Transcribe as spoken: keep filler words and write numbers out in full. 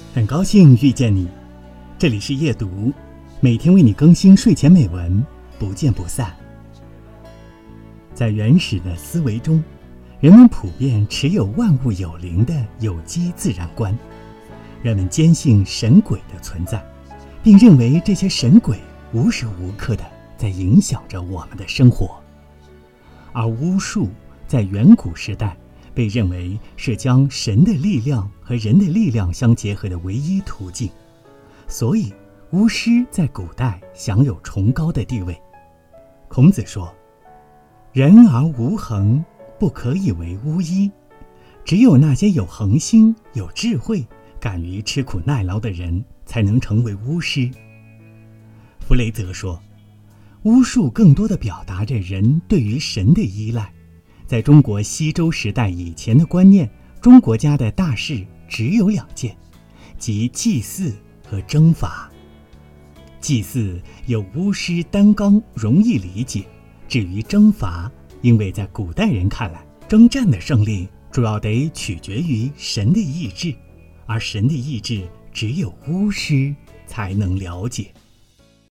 很高兴遇见你，这里是夜读，每天为你更新睡前美文，不见不散。在原始的思维中，人们普遍持有万物有灵的有机自然观，人们坚信神鬼的存在，并认为这些神鬼无时无刻地在影响着我们的生活。而巫术在远古时代被认为是将神的力量和人的力量相结合的唯一途径，所以巫师在古代享有崇高的地位。孔子说：人而无恒，不可以为巫医。只有那些有恒心、有智慧、敢于吃苦耐劳的人才能成为巫师。弗雷泽说，巫术更多地表达着人对于神的依赖。在中国西周时代以前的观念，中国家的大事只有两件，即祭祀和征伐。祭祀有巫师担纲，容易理解。至于征伐，因为在古代人看来，征战的胜利主要得取决于神的意志，而神的意志只有巫师才能了解。